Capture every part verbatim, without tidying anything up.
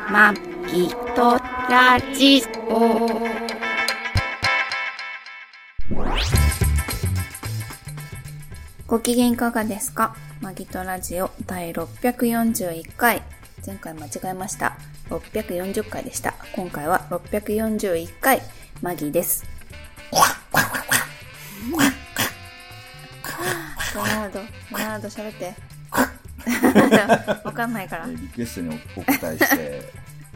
まきとラジオ。ご機嫌いかがですか？マギトラジオ第ろっぴゃくよんじゅういっかい。前回間違えました。ろっぴゃくよんじゅっかいでした。今回はろっぴゃくよんじゅういっかい、マギです。ロナウド、ロナウド喋って。わかんないから。 リクエストにお答えして、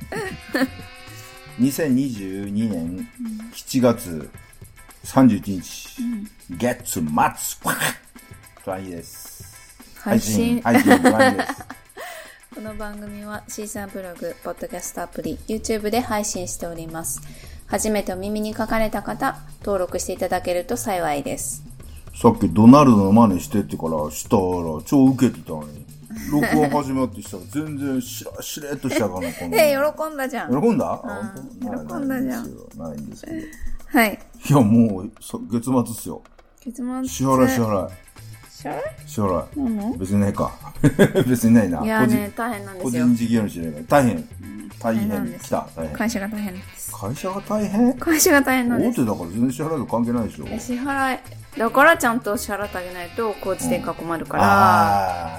にせんにじゅうにねんしちがつさんじゅういちにち、うん、月末トラニーです。 配信配信トラニーです。 この番組はシーサーブログ、ポッドキャストアプリ、YouTube で配信しております。初めてお耳に書かれた方、登録していただけると幸いです。 さっきドナルドの真似してってからしたら超ウケてたのに、録音始まってしたら全然しらしれっとしたかな。 え、喜んだじゃん。 喜んだ？ 喜んだじゃん。 ないんですけど。 はい。 いや、もう月末っすよ。 月末。 支払い支払い。 支払い？ 支払い。 なの？ 別にないか。別にないな。 いやね、大変なんですよ。 個人事業主じゃないから。大変。大変。来た。大変。 会社が大変です。 会社が大変？ 会社が大変なんです。 大手だから全然支払いと関係ないでしょ。 支払い。だからちゃんと支払ってあげないと工事店が困るから、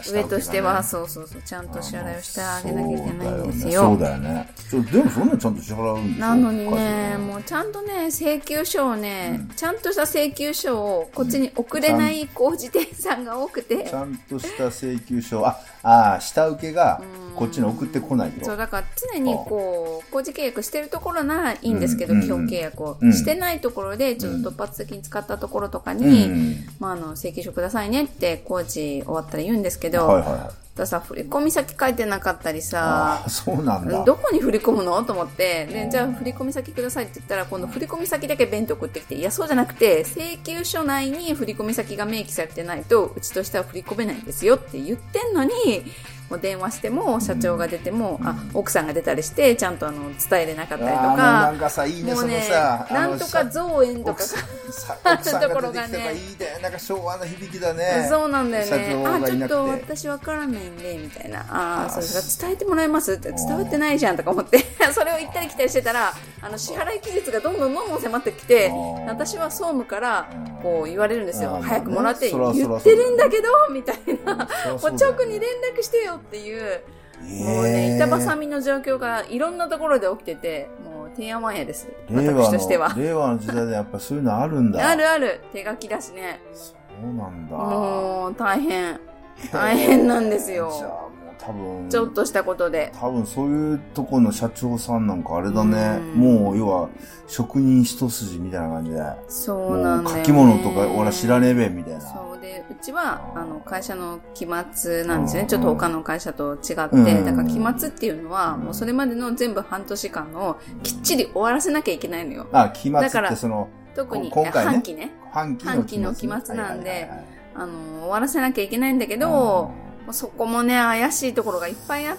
うん、上としてはそうそうそうちゃんと支払いをしてあげなきゃいけないんですよ。 そうだよね。そうだよね。でもそんなにちゃんと支払うんですよ。 なのにね、もうちゃんとね請求書をね、うん、ちゃんとした請求書をこっちに送れない工事店さんが多くて、うん、 ちゃんとした請求書、ああ下請けがこっちに送ってこないと。 そうだから常にこう工事契約してるところならいいんですけど、うん、基本契約を、うん、してないところでちょっと突発的に使ったところとかに、うん、まあ、あの請求書くださいねって工事終わったら言うんですけど、はいはいはい、ださ振込先書いてなかったりさ、 あそうなんだ、 どこに振り込むのと思ってでじゃあ振込先くださいって言ったら今度振込先だけ弁当送ってきて、いやそうじゃなくて請求書内に振込先が明記されてないとうちとしては振り込めないんですよって言ってんのに、もう電話しても社長が出ても、うん、あ奥さんが出たりしてちゃんとあの伝えれなかったりとか、もうなんかさいいね、 もうねそのさなんとか造園とか奥さんが出てきたらいいね、なんか昭和の響きだね。 そうなんだよね。あちょっと私わからないんでみたいな、ああそうですか伝えてもらえますって伝わってないじゃんとか思ってそれを行ったり来たりしてたらあの支払い期日がどんどんどんどん迫ってきて、私は総務からこう言われるんですよ、早くもらって言ってるんだけどみたいな、もう直に連絡してよっていう、もうね板挟みの状況がいろんなところで起きてて、もうてんやわんやです。私としては令和の時代でやっぱそういうのあるんだ。 あるある、手書きだしね。 そうなんだ。 もう大変大変なんですよ。 じゃあもう多分ちょっとしたことで多分そういうとこの社長さんなんかあれだね、うもう要は職人一筋みたいな感じで、 そうなんだよね、 書き物とか俺は知らねえべみたいな。 そうでうちはあの会社の期末なんですね。ちょっと他の会社と違って、だから期末っていうのはもうそれまでの全部半年間をきっちり終わらせなきゃいけないのよ。 あ期末ってその特に今回ね半期ね半期の期末なんで、あの終わらせなきゃいけないんだけど、そこもね怪しいところがいっぱいあって、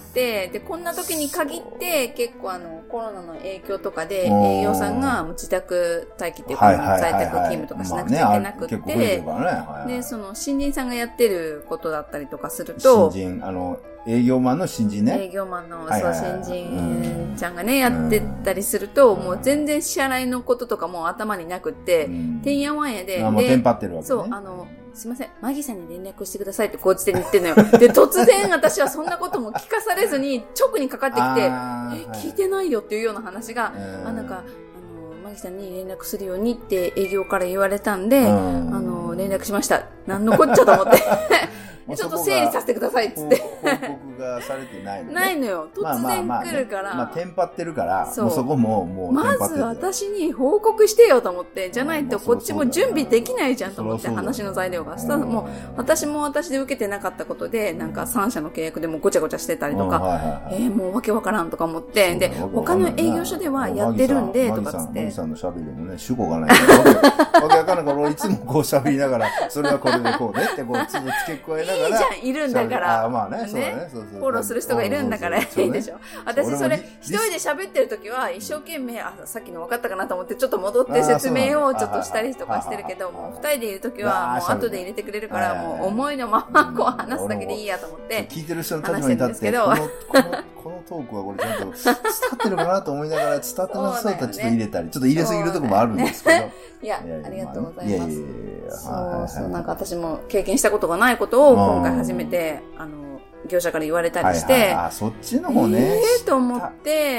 でこんな時に限って結構あのコロナの影響とかで営業さんが自宅待機っていうか在宅勤務とかしなくちゃいけなくて、でその新人さんがやってることだったりとかすると、 新人あの営業マンの新人ね。 営業マンの、そう、新人ちゃんがね、やってたりすると、もう全然支払いのこととかも頭になくって、てんやわんやで、 もうテンパってるわけね。 そう、あの、すいません、マギさんに連絡してくださいって工事店に言ってんのよ。で、突然私はそんなことも聞かされずに、直にかかってきて、え、聞いてないよっていうような話が、あ、なんか、あの、マギさんに連絡するようにって営業から言われたんで、あの、連絡しました。なんのこっちゃと思って。ちょっと整理させてくださいっつって。 報告がされてないのね。 ないのよ。突然来るから。 まあ、まあ、テンパってるから、そうもうそこももうまず私に報告してよと思って、じゃないとこっちも準備できないじゃんと思って、話の材料が。したらもう、私も私で受けてなかったことで、なんかさん社の契約でもごちゃごちゃしてたりとか、えー、もうわけわからんとか思って、で、他の営業所ではやってるんで、とかつって。 マギさんの喋りもね、主語がないから、わけわからんから、俺いつもこう喋りながら、それはこれでこうねって、こう、つぶ付け加えながら。 いいじゃん、いるんだから。 あまあね、そうだね。そうそうフォローする人がいるんだからいいでしょ。私それ一人で喋ってる時は一生懸命、あ、さっきの分かったかなと思ってちょっと戻って説明をちょっとしたりとかしてるけど、もう二人でいる時はもう後で入れてくれるから、もう思いのままこう話すだけでいいやと思って聞いてる人の立場に立って、このこのトークはこれちゃんと伝わってるかなと思いながら伝わってなさそうだったらちょっと入れたり、ちょっと入れすぎるとこもあるんですけど。 いや、ありがとうございます。いやいやいやそうそう、なんか私も経験したことがないことを今回初めて、あの、業者から言われたりして、はいはい、 あ、そっちの方ね。 ええー、と思って。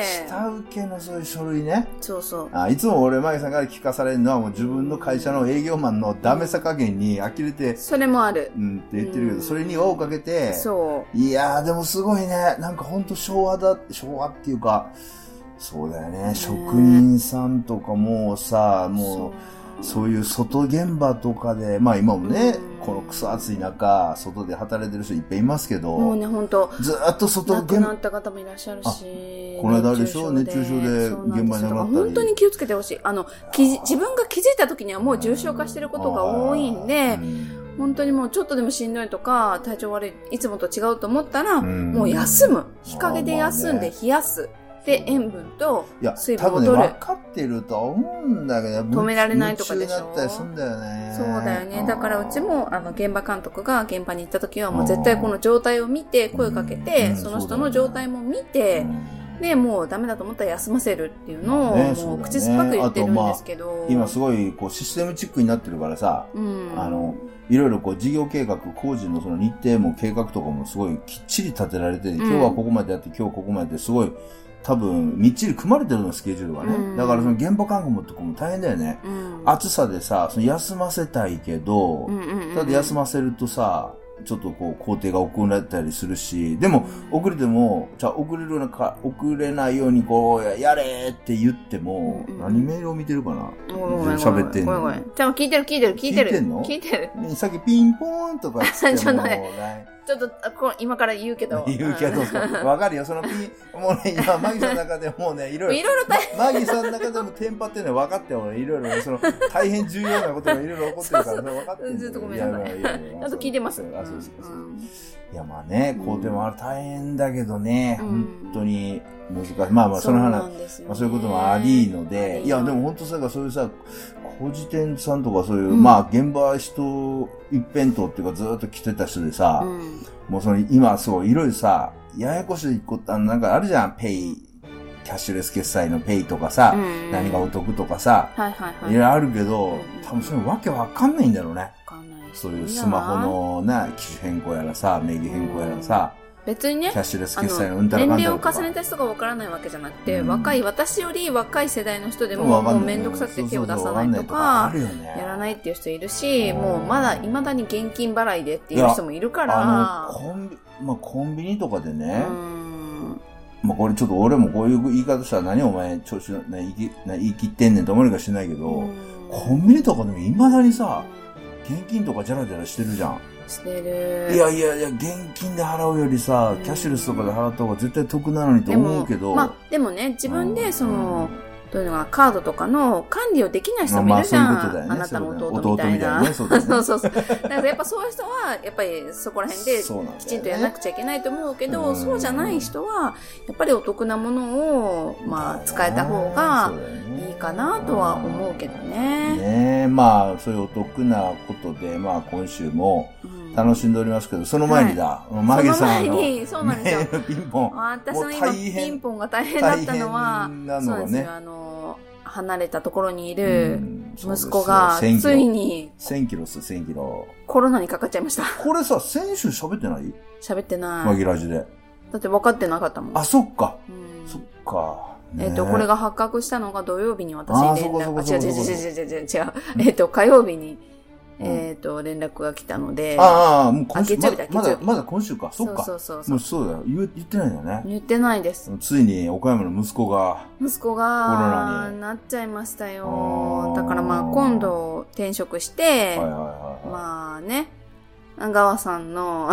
下請けのそういう書類ね。 そうそう。 あ、いつも俺、マギさんから聞かされるのはもう自分の会社の営業マンのダメさ加減に呆れて。 それもある。 うんって言ってるけど、うん、それに輪をかけて。 そう。 いやー、でもすごいね。なんかほんと昭和だ、昭和っていうか、そうだよね。ね、職人さんとかもさ、もう、そういう外現場とかで、まあ今もね、うん、このクソ暑い中、外で働いてる人いっぱいいますけど、 もうね、ほんと、 ずーっと外現場。亡くなった方もいらっしゃるし、 この間あれでしょ、熱中症で現場になったり。 本当に気をつけてほしい。あの、自分が気づいた時にはもう重症化してることが多いんで、本当にもうちょっとでもしんどいとか、体調悪い、いつもと違うと思ったら、もう休む。日陰で休んで冷やす。で、塩分と水分を取る。いや、多分ね、 分かってるとは思うんだけど、 止められないとかでしょ。 夢中になったりするんだよね。 そうだよね。だからうちも、あの、現場監督が現場に行った時はもう絶対この状態を見て、声かけて、その人の状態も見て、で、もうダメだと思ったら休ませるっていうのを、もう口酸っぱく言ってるんですけど。 今すごい、こう、システムチックになってるからさ、あの、いろいろこう事業計画、工事のその日程も計画とかもすごいきっちり立てられて、今日はここまでやって、今日ここまでやって、すごい、多分、みっちり組まれてるの、スケジュールがね。うん、だからその現場看護もとかも大変だよね。うん、暑さでさ、その休ませたいけど、うんうんうんうん、ただ休ませるとさ、ちょっとこう工程が遅れたりするし、でも、遅れても、じゃあ遅れるのか、遅れないようにこう、やれって言っても、うんうん、何メールを見てるかな喋ってんの。 ごめんごめん。ちゃんと聞いてる聞いてる聞いてる。 聞いてんの聞いてる。 さっきピンポーンとか言ってもね。 ちょっと、こ今から言うけど。 言うけど、わかるよ。そのピン、もうね、今、マギさんの中でもうね、いろいろ。 いろいろ大変。マギさんの中でもテンパってるの分かってよ。いろいろ、その、大変重要なことがいろいろ起こってるから、それ分かってる。 ずっとごめんなさい。ちゃんと聞いてます。 あ、そうですか。いや、まあね、工程もある大変だけどね、本当に難しい。まあまあ、その話、まあそういうこともありので、いや、でも本当さ、そういうさ、工事店さんとかそういう、まあ現場人一辺倒っていうかずっと来てた人でさ、もうその今そういろいろさ、ややこしいこと、あのなんかあるじゃん、ペイ、キャッシュレス決済のペイとかさ、何がお得とかさ、いろいろあるけど、多分それわけわかんないんだろうね。そういうスマホのな、機種変更やらさ、名義変更やらさ、 別にね、 キャッシュレス決済のうんたらかんたらとか。 年齢を重ねた人がわからないわけじゃなくて、うん、若い、私より若い世代の人でも、もうめんどくさくて手を出さないとか、やらないっていう人いるし、もうまだ未だに現金払いでっていう人もいるから。 あの、コンビ、まあコンビニとかでね、まあこれちょっと俺もこういう言い方したら何お前調子の、言い言い切ってんねんと思うかしないけど、コンビニとかでも未だにさ、現金とかジャラジャラしてるじゃん。 してる。 いやいやいや、現金で払うよりさ、キャッシュレスとかで払った方が絶対得なのにと思うけど。 まあ、でもね、自分でその、どういうのが、カードとかの管理をできない人もいるじゃん。まあ、そういうことだよね。あなたの弟みたいな。弟みたいなね。そうだね。そうそうそう。だからやっぱそういう人は、やっぱりそこら辺できちんとやらなくちゃいけないと思うけど、そうじゃない人は、やっぱりお得なものを、まあ、使えた方がいいかなとは思うけどね。 ねえ、まあ、そういうお得なことで、まあ、今週も、楽しんでおりますけど、その前にだ、はい、マギさんのメールピンポン。 私の今ピンポンが大変だったのは、 なのはね、そうですよ、 あの、離れたところにいる息子が、ついに、 せんキロっす、せんキロ。 コロナにかかっちゃいました。 これさ、先週喋ってない喋ってない。 マギラジで。 だって分かってなかったもん。 あ、そっか。うん、そっか。 えっと、これが発覚したのが土曜日に私に連絡、あ、違う違う違う違う違う違う。えっと、火曜日に、えっと、連絡が来たので。 ああ、もう今週、まだ、まだ今週か。そっか。 そうそうそう。 もうそうだよ。言ってないんだよね。 言ってないです。 ついに岡山の息子が。 息子が、なっちゃいましたよ。だからまあ、今度転職して、まあね、川さんの、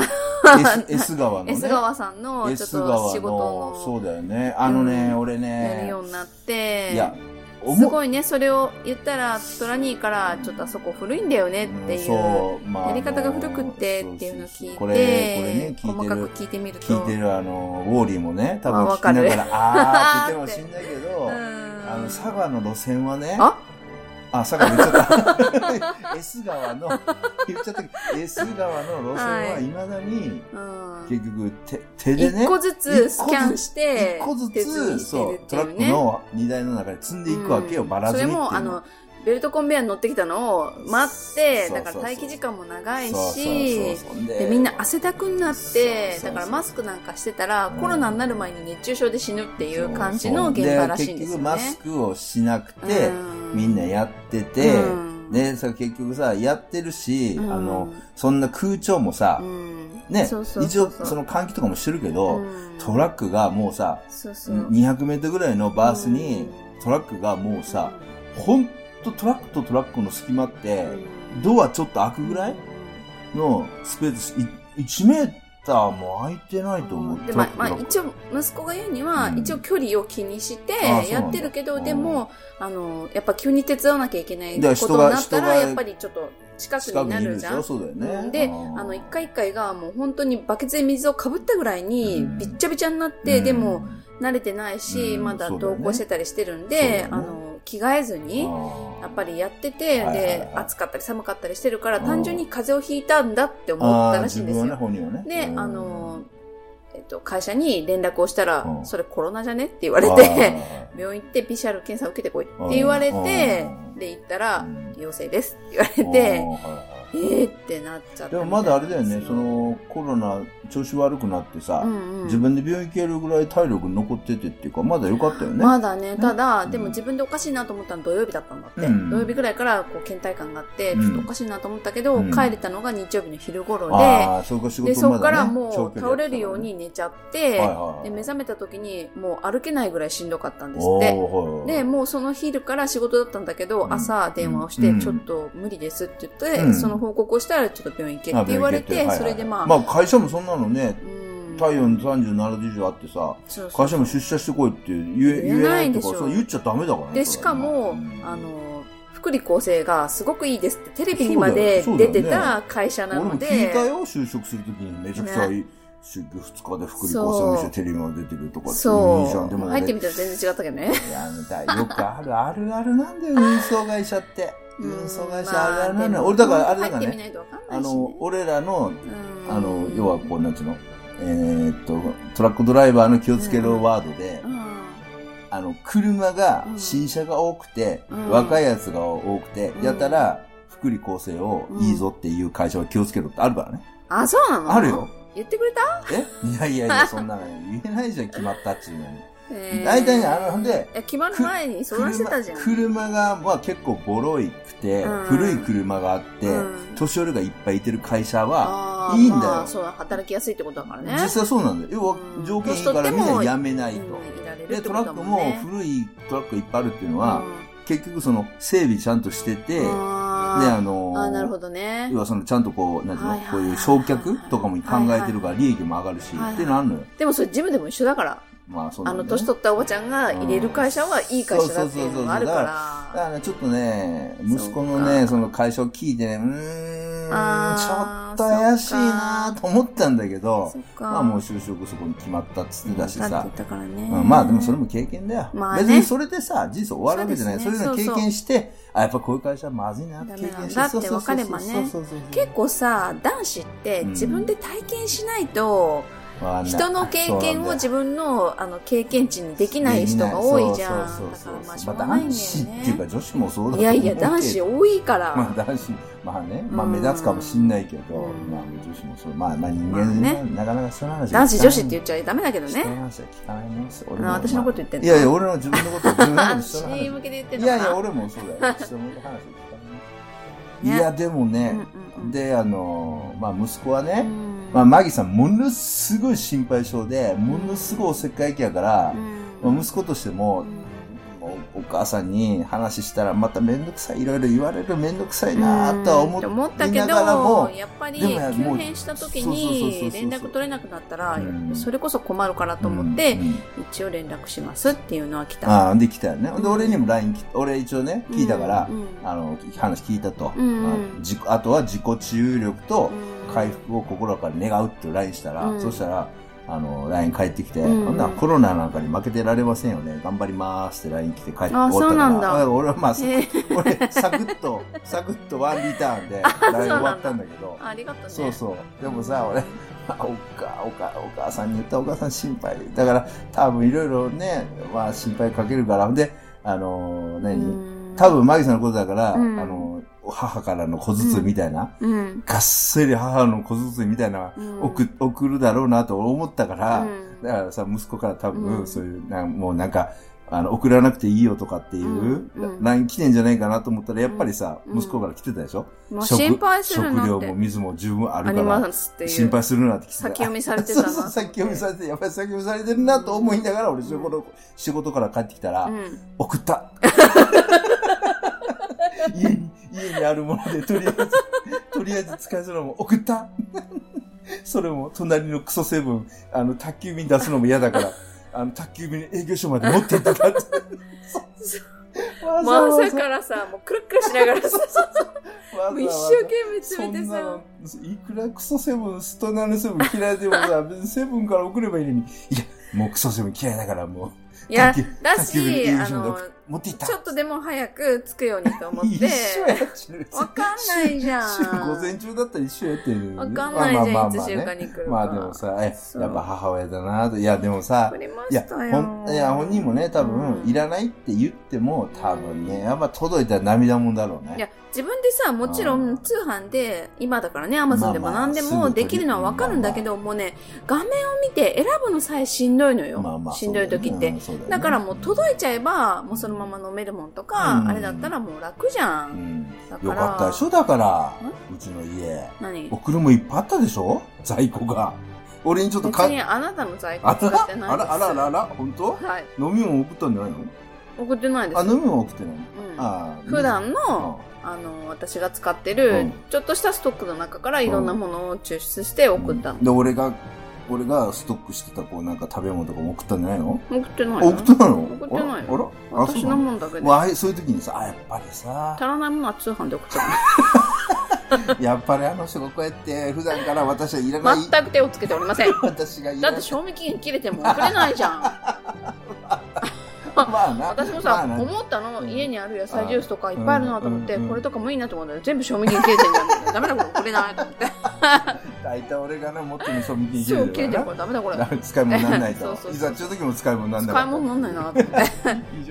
S 川のね。 S 川さんの、ちょっと仕事の。 そうだよね。あのね、俺ね。 やるようになって、 いや、 すごいね、それを言ったら、トラニーから、ちょっとあそこ古いんだよねっていう、やり方が古くってっていうのを聞いて、これ、これね、細かく聞いてみると。 聞いてるあの、ウォーリーもね、多分聞きながら、あーって言ってもしんないけど、あの、佐賀の路線はね、 あ、佐賀言っちゃった。S 川の、言っちゃったけど、S 川の路線は未だに、はい、結局手、手でね。 一個ずつスキャンして、 一個ずつ、そう、トラックの荷台の中で積んでいくわけよ、うん、ばらずにっていうの。 それも、あの、ベルトコンベヤーに乗ってきたのを待って、だから待機時間も長いし、で、みんな汗だくになって、だからマスクなんかしてたら、コロナになる前に熱中症で死ぬっていう感じの現場らしいんですよね。 結局マスクをしなくて、みんなやってて、で、さ、結局さ、やってるし、あの、そんな空調もさ、ね、一応その換気とかもしてるけど、トラックがもうさ、にひゃくメートルぐらいのバースに、トラックがもうさ、ほんとトラックとトラックの隙間って、ドアちょっと開くぐらいのスペース、いちメーターも開いてないと思う。 で、まあ、まあ、一応、息子が言うには、うん、一応距離を気にしてやってるけど、でも、あの、やっぱ急に手伝わなきゃいけないことになったら、やっぱりちょっと近くになるじゃん。 そうだよね。 で、あの、一回一回がもう本当にバケツで水をかぶったぐらいに、びっちゃびちゃになって、うん、でも、慣れてないし、うん、まだ同行してたりしてるんで、ね、あの、着替えずに、やっぱりやってて、で、暑かったり寒かったりしてるから、単純に風邪をひいたんだって思ったらしいんですよ。 ね、本人はね。 で、あの、えっと、会社に連絡をしたら、それコロナじゃねって言われて、病院行って ピーシーアール 検査を受けてこいって言われて、で、行ったら、陽性ですって言われて、えーってなっちゃった。 でもまだあれだよね、そのコロナ調子悪くなってさ、うんうん、自分で病院行けるぐらい体力残っててっていうか、まだ良かったよね。 まだね、ただ、うん、でも自分でおかしいなと思ったの土曜日だったんだって。うん、土曜日ぐらいからこう倦怠感があって、ちょっとおかしいなと思ったけど、うん、帰れたのが日曜日の昼頃で、 あそうか仕事まだね、 で、そこからもう倒れるように寝ちゃって、はいはい、で、目覚めた時にもう歩けないぐらいしんどかったんですって。はいはい、で、もうその昼から仕事だったんだけど、うん、朝電話をして、ちょっと無理ですって言って、うん、その報告をしたら、ちょっと病院行けって言われて、はいはい、それでまあ。 まあ会社もそんなのね、うん、体温さんじゅうななど以上あってさ、そうそうそう、会社も出社してこいって言え、言えないとか、そう言っちゃダメだからね。 で、しかも、うん、あの、福利厚生がすごくいいですってテレビにまで出てた会社なので。 ね、俺も聞いたよ、就職するときにめちゃくちゃいい。ね週休ふつかで福利厚生してテレビまで出てるとかってそういいじゃん。でも入ってみたら全然違ったけどね。 いや、よくあるあるあるなんだよ、運送会社って。運送会社あるあるなんだよ。俺だからあれだからね。あの、俺らの、あの、要はこう、なんちゅうの、えー、っと、トラックドライバーの気をつけるワードで、あの、車が、新車が多くて、若いやつが多くて、やったら、福利厚生をいいぞっていう会社は気をつけろってあるからね。 あ、そうなの？ あるよ。 言ってくれた？ えいやいやいや、そんなの言えないじゃん、決まったっちゅうのに。えー、大体ね、あの、ほんで、 決まる前に相談してたじゃん。 車, 車が、まあ結構ボロいくて、うん、古い車があって、うん、年寄りがいっぱいいてる会社は、いいんだよ。まあ、 そう、働きやすいってことだからね。 実際そうなんだよ。要は、条件いいからみんな辞めないと。うん、で、トラックも古いトラックいっぱいあるっていうのは、うん、結局その、整備ちゃんとしてて、で、あのー、 あなるほどね。 要はその、ちゃんとこう、なんていうの、こういう焼却とかも考えてるから、利益も上がるし、っていうのあるのよ。 でもそれジムでも一緒だから。まあそうだね。あの、年取ったおばちゃんが入れる会社はいい会社だっていうのがあるから。だからね、ちょっとね、息子のね、その会社を聞いてね、うーん、ちょっと怪しいなと思ったんだけど、まあもう就職そこに決まったって言ってたしさ。うん、まあでもそれも経験だよ。まあね、別にそれでさ、人生終わるわけじゃない。そういうの経験して、あ、やっぱこういう会社はまずいなって経験して。 だって分かればね。結構さ、男子って自分で体験しないと、人の経験を自分のあの経験値にできない人が多いじゃん。だからまあしょうがないんだよね。男子っていうか女子もそうだと思う。いやいや男子多いから。 まあ男子まあね、まあ目立つかもしんないけど、まあ女子もそう、まあまあ人間ね、なかなかそういう話。 男子女子って言っちゃダメだけどね。 そういう話は聞かないもんです。 俺も私のこと言ってんの。 いやいや俺の自分のこと自分のこと人の話向けで言ってんの。いやいや俺もそうだよ。人の話聞かない。いやでもね、であのまあ息子はね。まあ、マギさん、ものすごい心配性で、ものすごいおせっかい気やから、まあ、息子としても、お母さんに話したら、まためんどくさい、いろいろ言われるめんどくさいなとは思っていながらも、 やっぱり急変した時に連絡取れなくなったら、それこそ困るからと思って、一応連絡しますっていうのは来た。 ああ、で来たよね。で、俺にも ライン 来俺一応ね、聞いたから、あの、話聞いたと。あとは自己注力と、回復を心から願うって ライン したら、うん、そしたら、 あの、ライン 帰ってきて、 うんほんならコロナなんかに負けてられませんよね。頑張りますって ライン 来て帰ってあ、そうなんだ。 俺はまあ、 えー、 俺、サクッと、サクッとワンリターンで ライン 終わったんだけど。 ありがとうね。 そうそう。でもさ、俺、お母、お母、お母さんに言った、お母さん心配。だから、多分いろいろね、まあ心配かけるから。で、あのー、何多分マギさんのことだから、うん、あの、母からの小包みたいな、うん、がっつり母の小包みたいな、うん、送、送るだろうなと思ったから、うん、だからさ、息子から多分、そういう、なもうなんか、あの、送らなくていいよとかっていう、ライン 来てんじゃないかなと思ったら、やっぱりさ、うん、息子から来てたでしょ、 うん、心配するなって。 食料も水も十分あるから、心配するなって来てた。 先読みされてたな。 そうそう、先読みされて、やっぱり先読みされてるなと思いながら、俺、仕事、仕事から帰ってきたら、うん、送った。家に、家にあるもので、とりあえず、とりあえず使いするのも送った。それも、隣のクソセブン、あの、宅急便出すのも嫌だから、あの、宅急便営業所まで持ってったからって。 もう朝からさ、もうくるくるしながらさ、もう一生懸命詰めてさ。 いくらクソセブン、ストナルセブン嫌いでもさ、別にセブンから送ればいいのに、いや、もうクソセブン嫌いだからもう。 いや、だし、あの、ちょっとでも早く着くようにと思って。一緒やわかんないじゃん。 午前中だったら一緒やってる。 わかんないじゃん、まあまあまあ、ね、いつ週間に来るか。 まあでもさ、え、やっぱ母親だなと。いや、でもさ、 いや、ほん、いや、本人もね、多分、うん、いらないって言っても、多分ね、やっぱ届いたら涙もんだろうね。 いや、自分でさ、もちろん通販で、今だからね、アマゾンでも何でもできるのはわかるんだけど、まあまあ、もうね、画面を見て選ぶのさえしんどいのよ。まあまあ、しんどい時って。だね、だからもう届いちゃえば、もうそのまま飲めるもんとか、うん、あれだったらもう楽じゃん。うん、 だからよかったでしょだから、うちの家。 何送るもいっぱいあったでしょ在庫が。俺にちょっとか別にあなたの在庫使ってないです。 あらあらあらあら、本当？ はい。 飲み物送ったんじゃないの？ 送ってないです。 あ、飲み物送ってないの？うん。 あ普段の、あの、私が使ってる、うん、ちょっとしたストックの中からいろんなものを抽出して送ったの。うん、 で、俺が、俺がストックしてた、こう、なんか食べ物とかも送ったんじゃないの？ 送ってない。 送ってないの？ 送ってない。 あら？ 私のもんだけで。 まあ、そういう時にさ、あ、やっぱりさ。 足らないものは通販で送ってる。やっぱりあの人がこうやって普段から私はいらない。 全く手をつけておりません。 私がいらない。 だって賞味期限切れても送れないじゃん。まあな、私もさ、まあ、思ったの、家にある野菜ジュースとかいっぱいあるなと思って、うんうんうん、これとかもいいなと思ったら全部賞味期限切れてんじゃん。ダメだこれ送れないと思って。 大体俺がね、持ってる賞味期限切れてるから。そう、 切れてるからダメだこれ。 使い物にならないと。そうそうそういざ、ちゅう時も使い物にならない。 使い物にならないなと思って。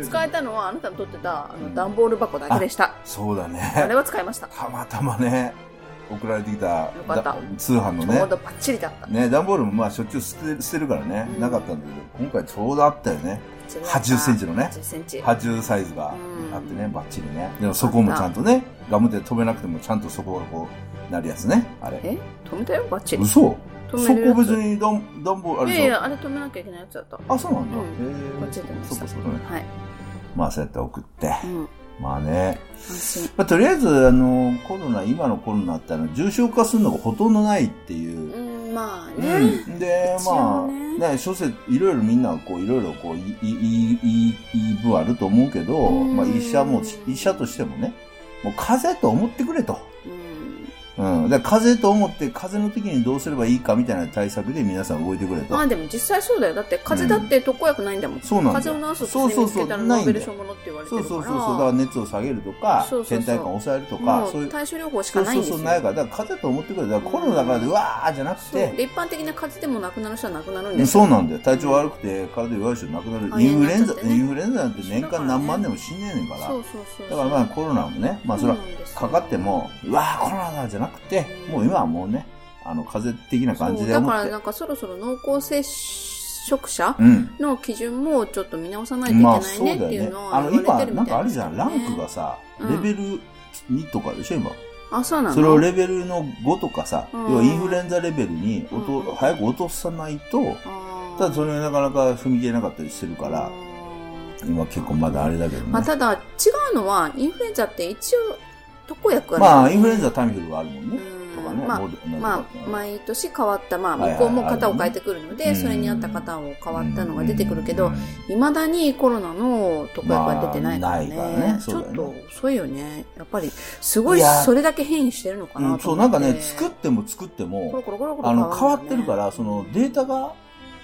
使えたのはあなたの取ってたあの段ボール箱だけでした。 そうだね。 あれは使いました。 たまたまね。送られてきた通販のね。 ちょうどバッチリだった。 ね、段ボールもまあしょっちゅう捨て捨てるからね、うん、なかったんだけど、今回ちょうどあったよね。はちじゅっセンチのね。はちじゅっセンチ。はちじゅうサイズがあってね、バッチリね。でもそこもちゃんとね、ガムで止めなくてもちゃんとそこがこう、なるやつね、あれ。 え止めたよ、バッチリ。 嘘そこ別に段ボールあれいやいや、あれ止めなきゃいけないやつだった。 あ、そうなんだ。へぇバッチリ止めました。 そこそこね。 はい。 まあそうやって送って。 うんまあね。まあ、とりあえず、あの、コロナ、今のコロナってあの、重症化するのがほとんどないっていう。 うん、まあね。 うん、で、まあ、ね、諸説、いろいろみんな、こう、いろいろ、こう、いい、いい、いい、いい部あると思うけど、まあ、医者も、医者としてもね、もう風邪と思ってくれと。うん。だから風邪と思って、風邪の時にどうすればいいかみたいな対策で皆さん動いてくれと。 まあでも実際そうだよ。だって風邪だって特効薬ないんだもん。うん、そうなんだ。風邪を治す薬見つけたらノーベル賞ものって言われてるから。 そうそうそうそう。だから熱を下げるとか、そうそうそう倦怠感を抑えるとか、 そういう。対処療法しかないんですよ。 そうそうそう、ないから。だから風邪と思ってくれ。だからコロナだからで、うわーじゃなくて。 で、一般的な風邪でも亡くなる人は亡くなるんですよ。そうなんだよ。体調悪くて、体弱い人亡くなる。インフルエンザ、インフルエンザなんて年間何万年も死んねえねんから。 そうそうそう。 だからまあコロナもね、まあそれはかかっても、うわーコロナだじゃなくて、もう今はもうね、あの、風邪的な感じで思って。 だからなんかそろそろ濃厚接触者の基準もちょっと見直さないといけないねっていうのは言われてるみたいですね。 あの、今、なんかあるじゃん、ランクがさ、レベルにとかでしょ、今。 あ、そうなの？ それをレベルのごとかさ、要はインフルエンザレベルにおと、早く落とさないと、ただそれがなかなか踏み切れなかったりしてるから、今結構まだあれだけどね。 まあただ違うのは、インフルエンザって一応、特効薬がまあ、インフルエンザタミフルがあるもんね。とかね。 まあ、まあ、毎年変わった、まあ、向こうも型を変えてくるので、それに合った型を変わったのが出てくるけど、未だにコロナの特効薬が出てないからね。ちょっと遅いよね。やっぱり、すごい、それだけ変異してるのかなと思って。 そう、なんかね、作っても作っても、あの、変わってるから、そのデータが、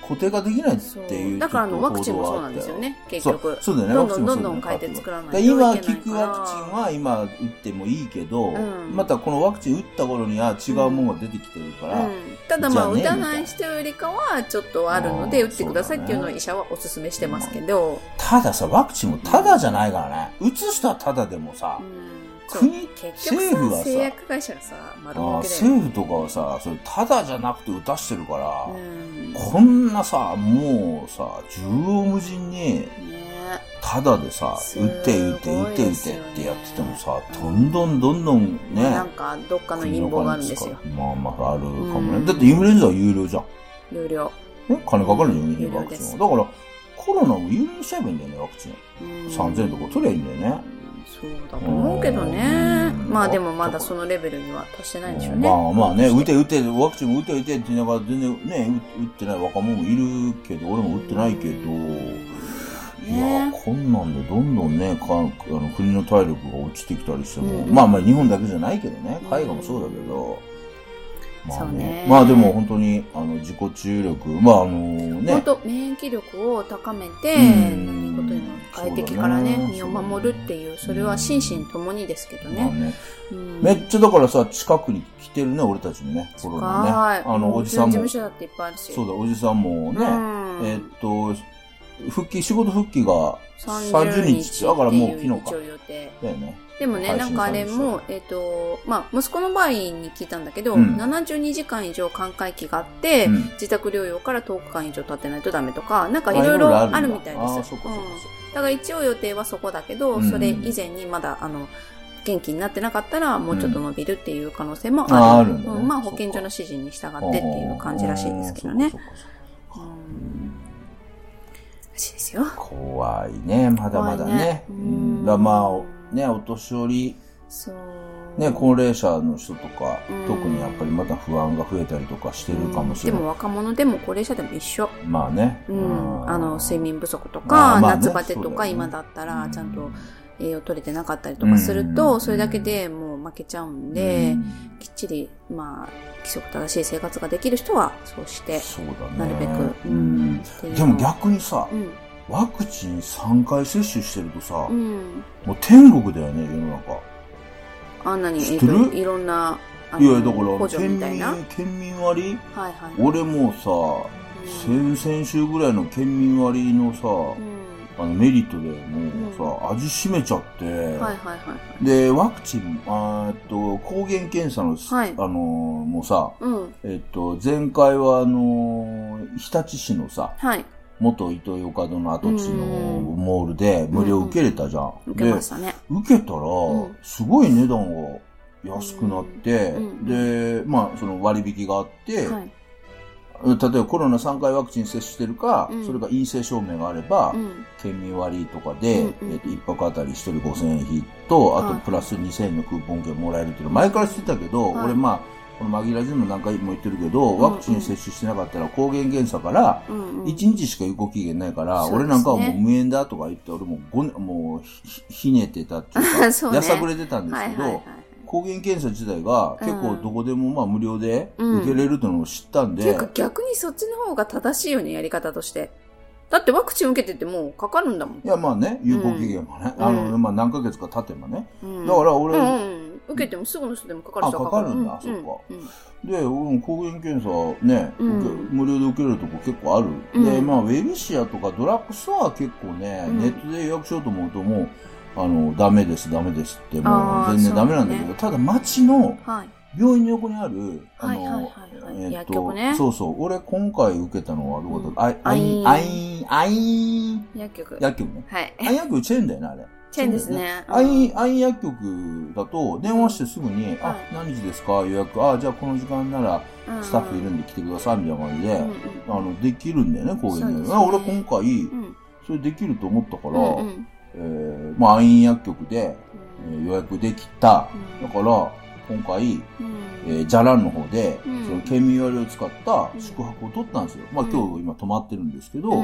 固定ができないっていう。 だからあのワクチンもそうなんですよね、結局。 そう、そうだよね。 どんどんどんどん変えて作らないといけないから。 今効くワクチンは今打ってもいいけど、うん、またこのワクチン打った頃には違うものが出てきてるから。うんうん、 ただまあ、打たない人よりかはちょっとあるので、打ってくださいっていうのを医者はお勧めしてますけど。 たださ、ワクチンもただじゃないからね。打つ人はただでもさ、うん国、政府はさ、 製薬会社がさ、丸儲けだよね。 政府とかはさ、それただじゃなくて打たしてるから、うん、こんなさ、もうさ、縦横無尽に、ね、ただでさ、打って打って打って打ってってやっててもさ、どんどんどんどんね、 なんかどっかの陰謀があるんですよ。 まあまああるかもね。うん、だってインフルエンザは有料じゃん。 有料。 ね、金かかるよね、ワクチンは。だから、コロナも有料にしちゃえばいいんだよね、ワクチン。さんぜんえんとか取りゃいいんだよね。 そうだと思うけどね。まあでもまだそのレベルには達してないんでしょうね。 まあまあね、打て打て、ワクチンも打て打てって言いながら全然ね、打ってない若者もいるけど、俺も打ってないけど、いや、こんなんでどんどんね、かあの国の体力が落ちてきたりしても、まあまあ日本だけじゃないけどね、海外もそうだけど、まあね、まあでも本当にあの自己注力、まああのね、 本当免疫力を高めて、何事にも快適からね、身を守るっていう、それは心身ともにですけどね。まあねうん、めっちゃだからさ、近くに来てるね、俺たちにね、コロナね。はい。あの、おじさんも。 事務所だっていっぱいあるし。 そうだ、おじさんもね、えー、っと、復帰、仕事復帰がさんじゅうにち、だからもう昨日か。一応予定。だよね。 でもね、なんかあれも、えっ、ー、と、まあ、息子の場合に聞いたんだけど、うん、ななじゅうにじかん以上寛解期があって、うん、自宅療養からとおかかん以上経ってないとダメとか、なんかいろいろあるみたいです。ああ、そうかそうかそうか。だから一応予定はそこだけど、うん、それ以前にまだ、あの、元気になってなかったら、もうちょっと伸びるっていう可能性もある。うん、あるんだね、うん、まあ、保健所の指示に従ってっていう感じらしいですけどね。らしいですよ。 怖いね、まだまだね。ねうん、だまあ、ね、お年寄り、そうね、高齢者の人とか、特にやっぱりまた不安が増えたりとかしてるかもしれない。 でも若者でも高齢者でも一緒。 まあね。 うん。あの、睡眠不足とか、まあね、夏バテとか、ね、今だったら、ちゃんと栄養取れてなかったりとかすると、それだけでもう負けちゃうんで、きっちり、まあ、規則正しい生活ができる人は、そうして、そうだね、なるべく。うん、 でも逆にさ、うん、ワクチンさんかい接種してるとさ、うん、もう天国だよね、世の中。 あんなに、 知ってる？ いろんな、 いや、だから、県民、県民割、 はいはい、 俺もさ、うん、先々週ぐらいの県民割のさ、うん、あのメリットでもうさ、うん、味しめちゃって、はいはいはい、で、ワクチン、あっと、抗原検査の、はい、あの、もうさ、うん、えっと、前回はあの、日立市のさ、はい、元イトーヨーカドーの跡地のモールで無料受けれたじゃん。 うん、受けましたね。 受けたら、すごい値段が安くなって、うん、で、まあ、その割引があって、はい、例えばコロナさんかいワクチン接種してるか、うん、それが陰性証明があれば、うん、県民割とかで、うんうん、えっと、一泊あたり一人ごせんえん引と、あとプラスにせんえんのクーポン券もらえるっていうの前から知ってたけど、はい、俺まあ、この紛らわずにも何回も言ってるけど、ワクチン接種してなかったら抗原検査からいちにちしか有効期限ないから、うんうん、俺なんかはもう無縁だとか言って、俺もごねもうひ、ひねってたっていうか、ね、やさぐれてたんですけど、はいはいはい、抗原検査自体が結構どこでもまあ無料で受けれるというのを知ったんで。 うん、ていうか逆にそっちの方が正しいよね、やり方として。だってワクチン受けててもかかるんだもん。いやまあね、有効期限もね、うん、あの、まあ何ヶ月か経てばね。うん、だから俺、 うんうん、受けてもすぐの人でもかかる人はかかる。あ、かかるんだ、うん、そっか。うんで、うん、抗原検査ね、うん、無料で受けれるとこ結構ある。うん、で、まあ、ウェルシアとかドラッグストアは結構ね、うん、ネットで予約しようと思うともう、あの、ダメです、ダメですって、もう全然ダメなんだけど、ね、ただ街の、病院の横にある、はい、あの、はいはいはいはい、えー、っと、ね、そうそう、俺今回受けたのはどこだった、うん、アイン、アイン、アイン、 薬局。 薬局ね。 はい。 アイン薬局チェーンだよね、あれ。 チェーンですね。 アイン、アイン薬局だと、電話してすぐに、うん、あ、何時ですか予約。あ、じゃあこの時間なら、スタッフいるんで来てください、みたいな感じで、うんうん、あの、できるんだよね、抗原検査。ね、俺今回、うん、それできると思ったから、うんうん、えー、まあ、アイン薬局で、うん、予約できた。うん、だから、今回、うん、えー、じゃらんの方で、うん、その県民割を使った宿泊を取ったんですよ。うん、まあ今日今泊まってるんですけど、うん、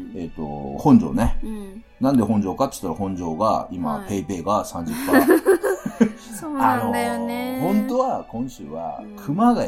えっ、ー、と、本庄ね、うん。なんで本庄かって言ったら本庄が今、はい、ペイペイが さんじゅっパーセント。 そうなんだよね。 あのー、本当は今週は熊谷、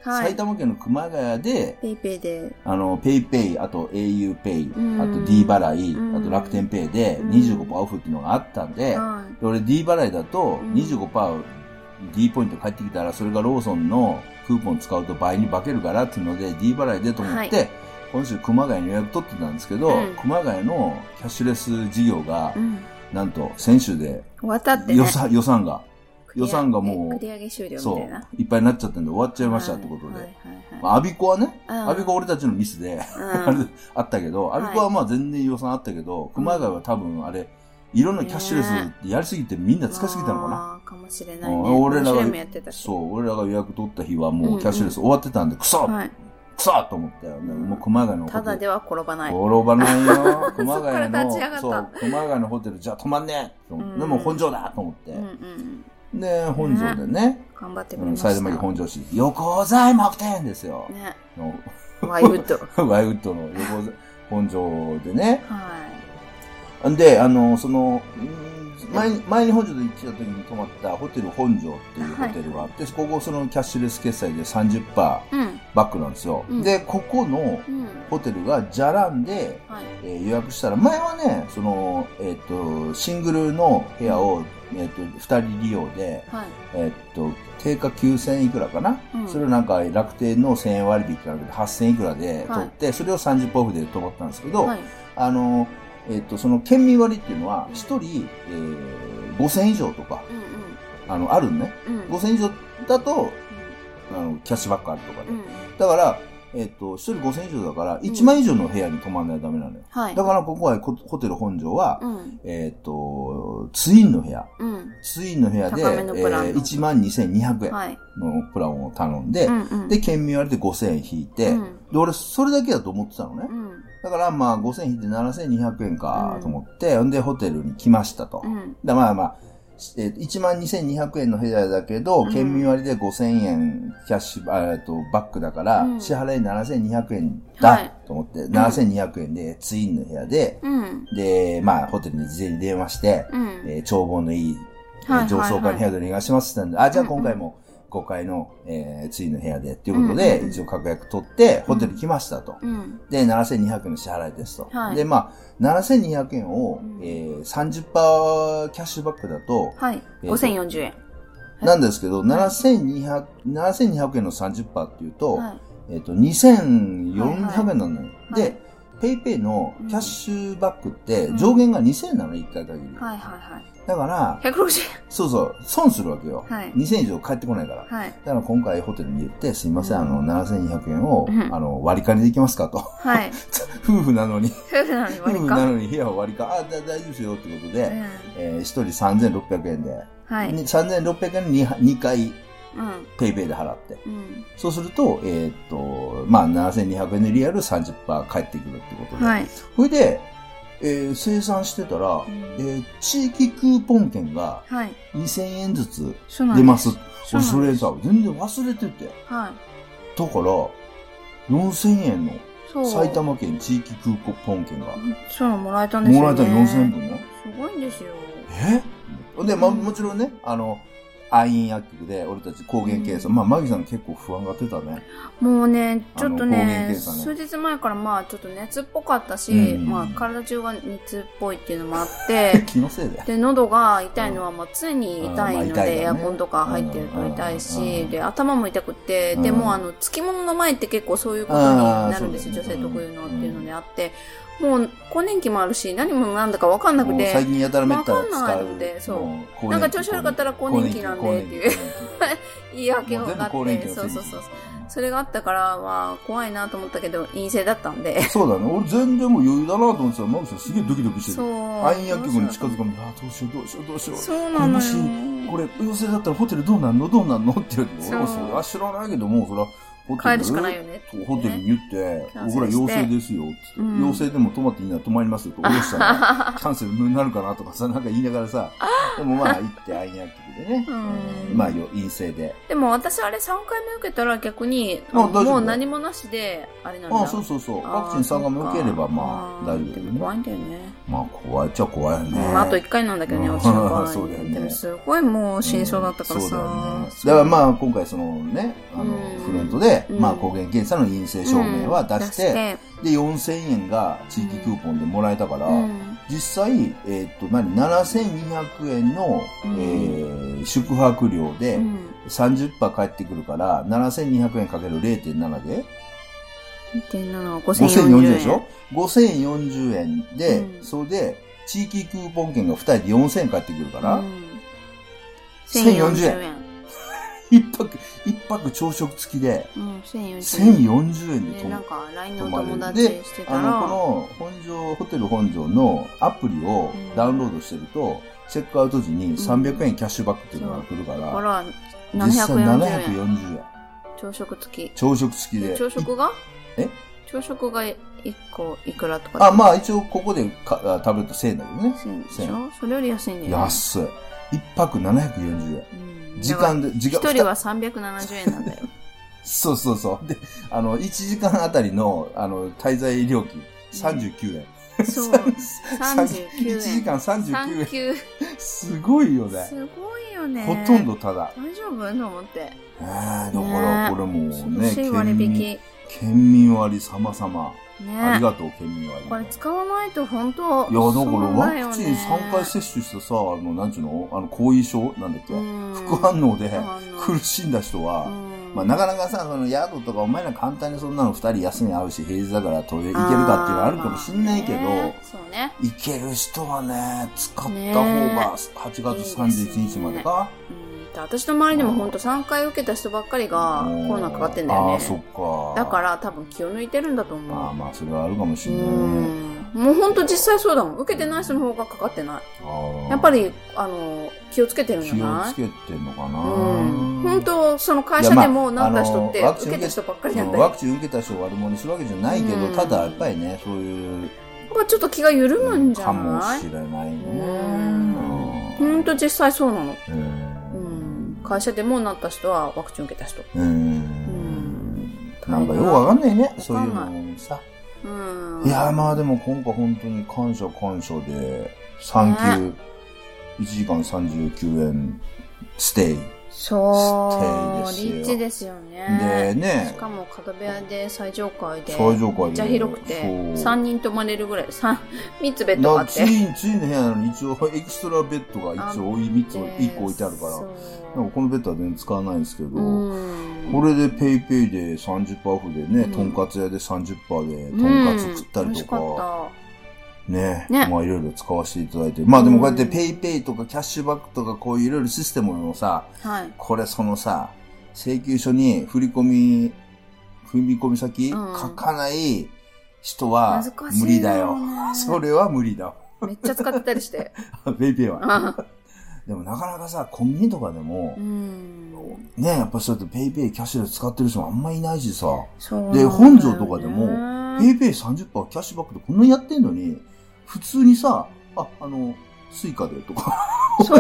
はい、 埼玉県の熊谷で、 ペイペイで、 あの、ペイペイ、あと au ペイ、 うん、 あと D 払い、 うん、 あと楽天ペイで にじゅうごパーセント オフっていうのがあったんで、 はい、 で俺 D 払いだと にじゅうごパーセント D ポイント返ってきたら、それがローソンのクーポン使うと倍に化けるからっていうので D 払いでと思って、はい、今週熊谷に予約取ってたんですけど、うん、熊谷のキャッシュレス事業が、うん、なんと先週で終わったってね、 予算、予算が予算がもう、 繰り上げ終了みたいな。 そう、いっぱいになっちゃったんで終わっちゃいましたってことで。はいはいはいまあ、アビコはね、アビコは俺たちのミスで、あったけど、アビコはまあ全然予算あったけど、はい、熊谷は多分あれ、いろんなキャッシュレスやりすぎてみんな使いすぎたのかな。 ああ、かもしれないね。 俺らが、 そう、俺らが予約取った日はもうキャッシュレス終わってたんで、くそ、はい、くそと思ったよ。もう熊谷のホテル。 ただでは転ばない。 転ばないよ。熊谷の、 そそう、熊谷のホテルじゃあ泊まんねえ。でも本庄だと思って。うんうんで、本庄でね。 頑張ってくれました。 埼玉県本庄市。横材木店ですよ。 ね。ワイウッド。 ワイウッドの横材、本庄でね。はい。で、あの、その、前に、前に本庄で行ってた時に泊まったホテル本庄っていうホテルがあって、はい、ここそのキャッシュレス決済で さんじゅっパーセント、うん、バックなんですよ。うん、で、ここのホテルがじゃらんで、うんはいえー、予約したら、前はね、その、えっと、シングルの部屋を、えっと、二人利用で、はい、えっと、定価きゅうせんえんいくらかな、うん、それをなんか楽天のせんえん割引ってなるけど、はっせんえんいくらで取って、はい、それを さんじゅっパーセント オフで泊まったんですけど、はい、あの、えっと、その県民割っていうのは、一人、えー、ごせんえん以上とか、うんうん、あの、あるね、うん。ごせんえん以上だと、うん、あの、キャッシュバックあるとかで。うん、だから、えっと、一人ごせんえん以上だから、いちまん以上の部屋に泊まらないとダメなのよ。はい、だから、ここはホテル本庄は、うん、えっと、ツインの部屋。うん、ツインの部屋で、えー、いちまんにせんにひゃくえんのプランを頼んで、はい、で、県民割でごせんえん引いて、うん、で、俺、それだけだと思ってたのね。うんだから、まあ、ごせんえん引いてななせんにひゃくえんかと思って、うん、で、ホテルに来ましたと。うん、だまあまあ、えー、いちまんにせんにひゃくえんの部屋だけど、うん、県民割でごせんえんキャッシュ、えっと、バックだから、うん、支払いななせんにひゃくえんだと思って、はい、ななせんにひゃくえんでツインの部屋で、うん、で、まあ、ホテルに事前に電話して、うんえー、眺望のいい、はい、上層階の部屋でお願いしますって言ったんで、あ、じゃあ今回も、ごかいの、えー、ツインの部屋でっていうことで、うんうん、一応確約取って、ホテル来ましたと。うん、で、ななせんにひゃくえんの支払いですと。はい、で、まあ、ななせんにひゃくえんを、うんえー、さんじゅっパーセント キャッシュバックだと、はい。 ごせんよんじゅうえん。 なんですけど、はい、ななせんにひゃく、ななせんにひゃくえんの さんじゅっパーセント っていうと、はい、えっ、ー、と、にせんよんひゃくえんなのよ。はいはい、で、はいペイペイのキャッシュバックって上限がにせんえんなの、いっかい限り。はいはいはい。だから、 ひゃくろくじゅうえん。 そうそう、損するわけよ。はい。にせんえん以上返ってこないから。はい。だから今回ホテルに言って、すいません、うん、あの、ななせんにひゃくえんを、うん、あの、割り勘でいきますかと。はい。夫婦なのに。 夫婦なのに割り勘。 夫婦なのに部屋を割り勘。あ、だ、大丈夫ですよってことで、うん、えー、一人さんぜんろっぴゃくえんで。はい。さんぜんろっぴゃくえんににかい、うん、ペイペイで払って。うん、そうすると、えー、っと、まあ、ななせんにひゃくえんでリアル さんじゅっパーセント 返ってくるってことで。はい。それで、えー、生産してたら、うんえー、地域クーポン券がにせんえんずつ出ます。はい、俺それさ、全然忘れてて。はい。だから、よんせんえんの埼玉県地域クーポン券が。 そう、もらえたんですよね。 もらえたよんせんえんぶんね。 すごいんですよ。 えで、ま、もちろんね、あの、愛飲薬局で、俺たち抗原検査。うん、まあ、マギさん結構不安が出たね。 もうね、ちょっとね、ね数日前からまあ、ちょっと熱っぽかったし、うん、まあ、体中が熱っぽいっていうのもあって、 気のせいで。 で、喉が痛いのはまあ、常に痛いので、うんまあね、エアコンとか入ってると痛いし、で、頭も痛くて、でもあの、付き物の前って結構そういうことになるんですよ、女性特有のっていうのであって、もう、更年期もあるし、何もなんだか分かんなくて。 最近やたらめったら使う。 分かんないので、そう。なんか調子悪かったら更年期なんでっていう言い訳があって、そうそうそう。それがあったから、まあ、怖いなと思ったけど、陰性だったんで。 そうだね。俺全然もう余裕だなと思ってたら、マグさんすげえドキドキしてる。そう。愛飲薬局に近づかめて、ああ、どうしようどうしようどうしよう。 そうなのよ。 これ、陽性だったらホテルどうなんのどうなんのって言われて、俺はそれは知らないけども、それは、 帰るしかないよね。 ホテルに言って、僕ら陽性ですよ、つって、うん。陽性でも泊まっていいなら泊まりますよ、と。おろしたら、キャンセルになるかなとかさ、なんか言いながらさ、でもまあ行って愛飲薬局でね、うん、まあ陰性で。 でも私あれさんかいめ受けたら逆に、もう何もなしで、あれなんだ。 ああ、そうそうそう。ワクチンさんかいめ受ければまあ大丈夫だよね。 怖いんだよね。 まあ怖いっちゃ怖いよね。 うん、あといっかいなんだけどね、私の場合。そうだよね。でもすごいもう真相だったからさ。 うん、そうだよね。だからまあ今回そのね、あの、フロントで、 で、 うん、 まあ抗原検査の陰性証明は出して、うん、出してで、よんせんえんが地域クーポンでもらえたから、うん、実際、えっと、何、ななせんにひゃくえんの、うん、えー、宿泊料で さんじゅっパーセント 返ってくるから、ななせんにひゃくえんかける れいてんなな でれいてんなな ごせんよんじゅうえん。 でしょ ?ごせんよんじゅうえんで、うん、それで、地域クーポン券がふたりでよんせんえん返ってくるから、うん、せんよんじゅうえん。一泊、一泊朝食付きで、うん、せんよんじゅうえんで泊まる。 なんか、ライン のお友達してたら。 で、あの、この、本庄、ホテル本庄のアプリをダウンロードしてると、うん、チェックアウト時にさんびゃくえんキャッシュバックっていうのが来るから、 だから、 実際ななひゃくよんじゅうえん。 朝食付き。 朝食付きで。 朝食がえ朝食がいっこいくらとか。 あ、まあ一応ここでか食べるとせんえんだけどね。 せんえんでしょそれより安いんだよね。 安い。一泊ななひゃくよんじゅうえん。うん時間で、時間。 一人はさんびゃくななじゅうえんなんだよ。 そうそうそう。で、あの、いちじかんあたりの、あの、滞在料金、さんじゅうきゅうえん。 そう。さんじゅうきゅうえん。 いちじかんさんじゅうきゅうえん。すごいよね。 すごいよね。 ほとんどただ。 大丈夫と思って。ええー、だからこれもね、 ね割引。 県民割様々。ね、ありがとう、県民割。 これ使わないと本当いや、だからワクチンさんかい接種してさ、あの、なんちゅうのあの、後遺症なんだっけ副反応で苦しんだ人は、まあ、なかなかさ、その宿とかお前ら簡単にそんなのふたり休み合うし、平日だからトイレ行けるかっていうのはあるかもしんないけど、 そうね。 行ける人はね、使った方がはちがつさんじゅういちにちまでか。 私の周りでも本当さんかい受けた人ばっかりがコロナかかってんだよね。 ああ、そっか。 だから多分気を抜いてるんだと思う。 ああ、まあそれはあるかもしれないね。 もう本当実際そうだもん。受けてない人の方がかかってない。やっぱり、あの、気をつけてるんじゃない？ 気をつけてんのかな。 本当その会社でもなった人って受けた人ばっかりなんだよ。 ワクチン受けた人を悪者にするわけじゃないけど、ただやっぱりね、そういう。 ちょっと気が緩むんじゃない？ かもしれないね。 本当実際そうなの。会社でもなった人はワクチン受けた人。うん。うん。 なんかよくわかんないね。そういうのさ。うん。いや、まあでも今回本当に感謝感謝で、サンキュー、いちじかんさんじゅうきゅうえん、ステイ。 そう。ステイですよ。リッチですよね。 でね。 しかも角部屋で最上階で。 最上階で。 めっちゃ広くて、さんにん泊まれるぐらい、さん、みっつベッドがあって。 ツイン、ツインの部屋なのに一応エキストラベッドが一応みっつ、いっこ置いてあるから。なんかこのベッドは全然使わないんですけど、これでペイペイで さんじゅっパーセント オフでね、とんかつ屋で さんじゅっパーセント でとんかつ食ったりとか、ね、まあいろいろ使わせていただいて、まあでもこうやってペイペイとかキャッシュバックとかこういういろいろシステムのさ、これそのさ、請求書に振り込み、振り込み先書かない人は無理だよ。それは無理だ。 めっちゃ使ってたりして。 ペイペイは。でもなかなかさ、コンビニとかでも、ね、やっぱそうやってペイペイキャッシュで使ってる人もあんまいないしさ。で、本庄とかでも、ペイペイ さんじゅっパーセント キャッシュバックでこんなにやってんのに、普通にさ、あ、あの、スイカでとか。 そう。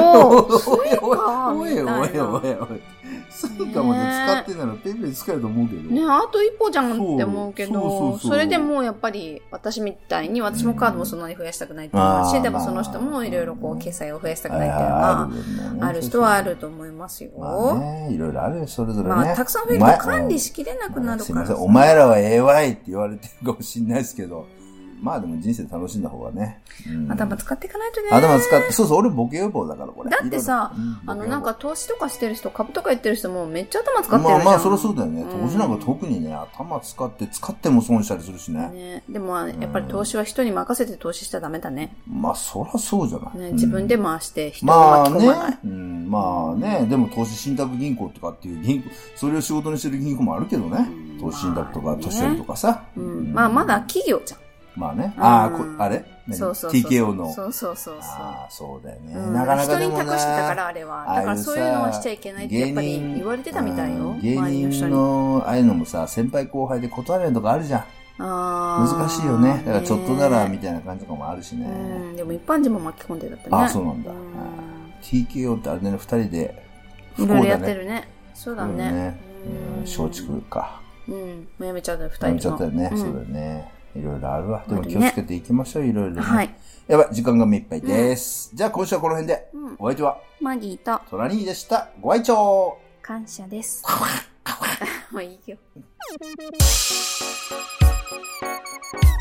スイカおいおいおいおいおい。スイカまで使ってならペイペイ使えると思うけど。 ね、あと一歩じゃんって思うけど、そうそうそうそうそれでもやっぱり私みたいに、私もカードもそんなに増やしたくないっていうのもあるし、でもその人もいろいろこう、決済を増やしたくないっていうのが、ある人はあると思いますよ。 まあね、いろいろあるよ、それぞれね。 まあ、たくさん増えると管理しきれなくなるから。すいません、 お前らはええわいって言われてるかもしれないですけど、まあでも人生楽しんだ方がね。 うん、頭使っていかないとね。 頭使って、そうそう、俺ボケ予防だからこれ。 だってさ、うん、あのなんか投資とかしてる人、株とか言ってる人もめっちゃ頭使ってるじゃん。 まあまあ、そりゃそうだよね。投資なんか特にね、頭使って、使っても損したりするしね。 ねでもやっぱり投資は人に任せて投資しちゃダメだね。 まあそりゃそうじゃない。 ね、自分で回して人を巻き込まない。まあね。 うん、まあね、でも投資信託銀行とかっていう銀行、それを仕事にしてる銀行もあるけどね。うん、投資信託とか、投資とかさ。 うん。まあまだ企業じゃん。 まあね。ああ、こあれそうそうそう。 ティーケーオー の。 そうそうそう。 ああ、そうだよね。 うん、 なかなかでもな人に託してたから、あれは。だからそういうのはしちゃいけないってやっぱり言われてたみたいよ。 芸人の、ああいうのもさ、先輩後輩で断れるとかあるじゃん。あ難しいよね。だからちょっとならみたいな感じとかもあるしね。 うん、でも一般人も巻き込んでだったね。 ああ、そうなんだ。ティーケーオー ってあれね、二人で。 いろいろやってるね。そうだね。 松竹か。 うん。もうやめちゃったよ、二人で。 やめちゃったよね。そうだよね。いろいろあるわ。でも気をつけていきましょう、いろいろね。はい。やばい、時間が目いっぱいです。じゃあ今週はこの辺で。お相手は、 マギーと、 トラニーでした。ご愛聴感謝です。 もういいよ。